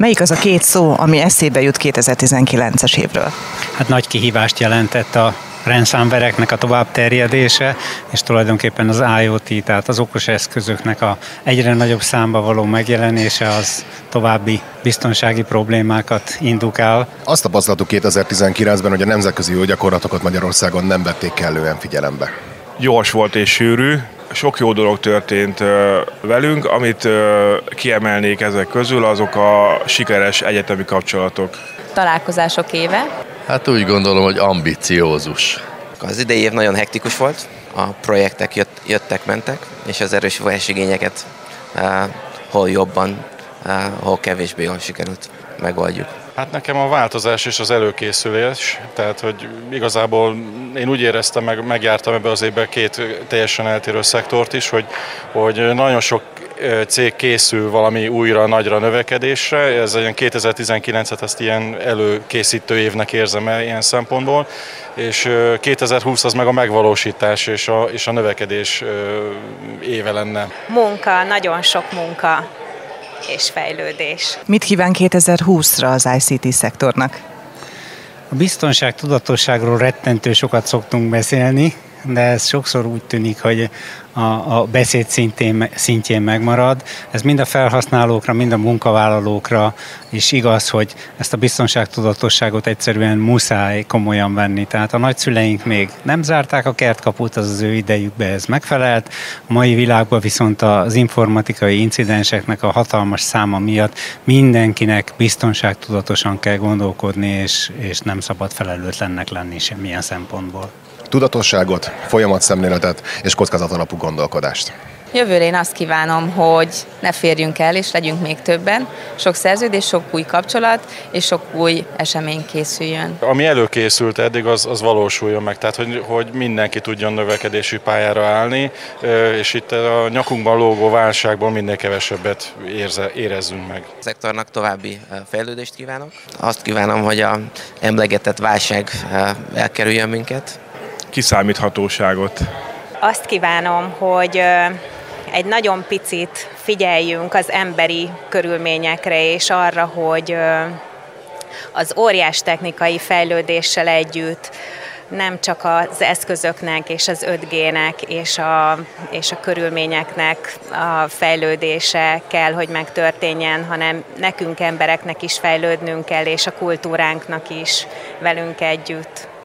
Melyik az a két szó, ami eszébe jut 2019-es évről? Hát nagy kihívást jelentett a rendszámvereknek a továbbterjedése, és tulajdonképpen az IoT, tehát az okos eszközöknek a egyre nagyobb számba való megjelenése az további biztonsági problémákat indukál. Azt tapasztaltuk 2019-ben, hogy a nemzetközi jó gyakorlatokat Magyarországon nem vették kellően figyelembe. Gyors volt és sűrű, sok jó dolog történt velünk, amit kiemelnék ezek közül, azok a sikeres egyetemi kapcsolatok. Találkozások éve. Hát úgy gondolom, hogy ambiciózus. Az idei év nagyon hektikus volt, a projektek jöttek-mentek, és az erős versenygényeket hol jobban, hol kevésbé jól sikerült megoldjuk. Hát nekem a változás és az előkészülés, tehát hogy igazából én úgy éreztem, megjártam ebbe az évben két teljesen eltérő szektort is, hogy nagyon sok cég készül valami újra nagyra növekedésre, ez egy 2019-et ezt ilyen előkészítő évnek érzem el ilyen szempontból, és 2020 az meg a megvalósítás és a növekedés éve lenne. Munka, nagyon sok munka és fejlődés. Mit kíván 2020-ra az ICT szektornak? A biztonság tudatosságról rettentő sokat szoktunk beszélni, de ez sokszor úgy tűnik, hogy a beszéd szintjén megmarad. Ez mind a felhasználókra, mind a munkavállalókra is igaz, hogy ezt a biztonságtudatosságot egyszerűen muszáj komolyan venni. Tehát a nagyszüleink még nem zárták a kertkaput, az ő idejükbe ez megfelelt. A mai világban viszont az informatikai incidenseknek a hatalmas száma miatt mindenkinek biztonságtudatosan kell gondolkodni, és nem szabad felelőtlennek lenni semmilyen szempontból. Tudatosságot, folyamatszemléletet és kockázatalapú gondolkodást. Jövőre én azt kívánom, hogy ne férjünk el, és legyünk még többen. Sok szerződés, sok új kapcsolat, és sok új esemény készüljön. Ami előkészült eddig, az valósuljon meg, tehát hogy mindenki tudjon növekedési pályára állni, és itt a nyakunkban lógó válságból minél kevesebbet érezzünk meg. A szektornak további fejlődést kívánok. Azt kívánom, hogy a emlegetett válság elkerüljön minket. Kiszámíthatóságot. Azt kívánom, hogy egy nagyon picit figyeljünk az emberi körülményekre és arra, hogy az óriás technikai fejlődéssel együtt nem csak az eszközöknek és az 5G-nek és a körülményeknek a fejlődése kell, hogy megtörténjen, hanem nekünk embereknek is fejlődnünk kell, és a kultúránknak is velünk együtt.